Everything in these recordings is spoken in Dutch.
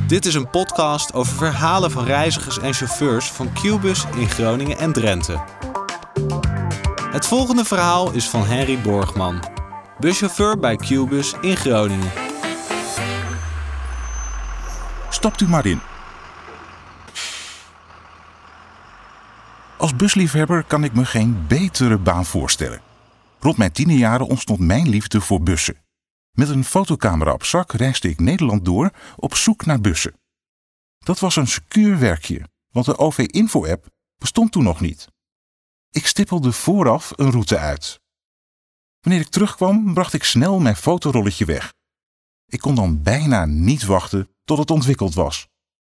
Dit is een podcast over verhalen van reizigers en chauffeurs van Qbus in Groningen en Drenthe. Het volgende verhaal is van Henry Borgman, buschauffeur bij Qbus in Groningen. Stapt u maar in. Als busliefhebber kan ik me geen betere baan voorstellen. Rond mijn tienerjaren ontstond mijn liefde voor bussen. Met een fotocamera op zak reisde ik Nederland door op zoek naar bussen. Dat was een secuur werkje, want de OV-info-app bestond toen nog niet. Ik stippelde vooraf een route uit. Wanneer ik terugkwam, bracht ik snel mijn fotorolletje weg. Ik kon dan bijna niet wachten tot het ontwikkeld was.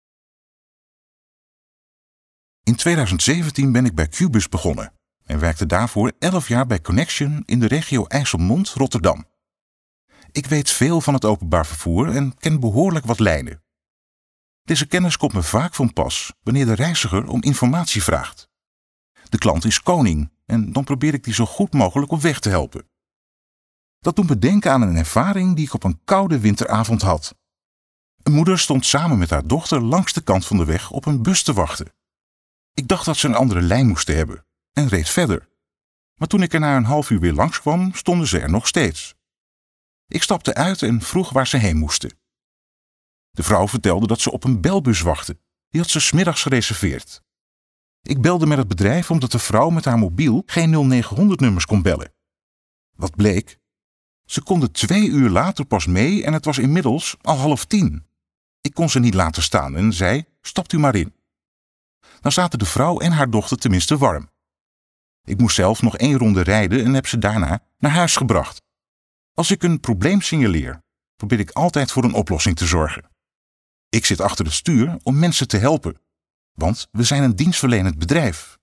In 2017 ben ik bij Qbus begonnen en werkte daarvoor 11 jaar bij Connection in de regio IJsselmond-Rotterdam. Ik weet veel van het openbaar vervoer en ken behoorlijk wat lijnen. Deze kennis komt me vaak van pas wanneer de reiziger om informatie vraagt. De klant is koning en dan probeer ik die zo goed mogelijk op weg te helpen. Dat doet me denken aan een ervaring die ik op een koude winteravond had. Een moeder stond samen met haar dochter langs de kant van de weg op een bus te wachten. Ik dacht dat ze een andere lijn moesten hebben en reed verder. Maar toen ik er na een half uur weer langskwam, stonden ze er nog steeds. Ik stapte uit en vroeg waar ze heen moesten. De vrouw vertelde dat ze op een belbus wachtte. Die had ze 's middags gereserveerd. Ik belde met het bedrijf omdat de vrouw met haar mobiel geen 0900-nummers kon bellen. Wat bleek? Ze konden 2 uur later pas mee en het was inmiddels al 9:30. Ik kon ze niet laten staan en zei, stapt u maar in. Dan zaten de vrouw en haar dochter tenminste warm. Ik moest zelf nog 1 ronde rijden en heb ze daarna naar huis gebracht. Als ik een probleem signaleer, probeer ik altijd voor een oplossing te zorgen. Ik zit achter het stuur om mensen te helpen, want we zijn een dienstverlenend bedrijf.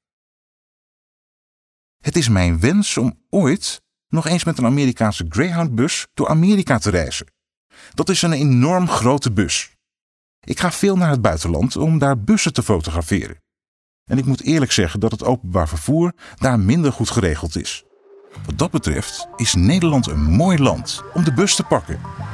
Het is mijn wens om ooit nog eens met een Amerikaanse Greyhound-bus door Amerika te reizen. Dat is een enorm grote bus. Ik ga veel naar het buitenland om daar bussen te fotograferen. En ik moet eerlijk zeggen dat het openbaar vervoer daar minder goed geregeld is. Wat dat betreft is Nederland een mooi land om de bus te pakken.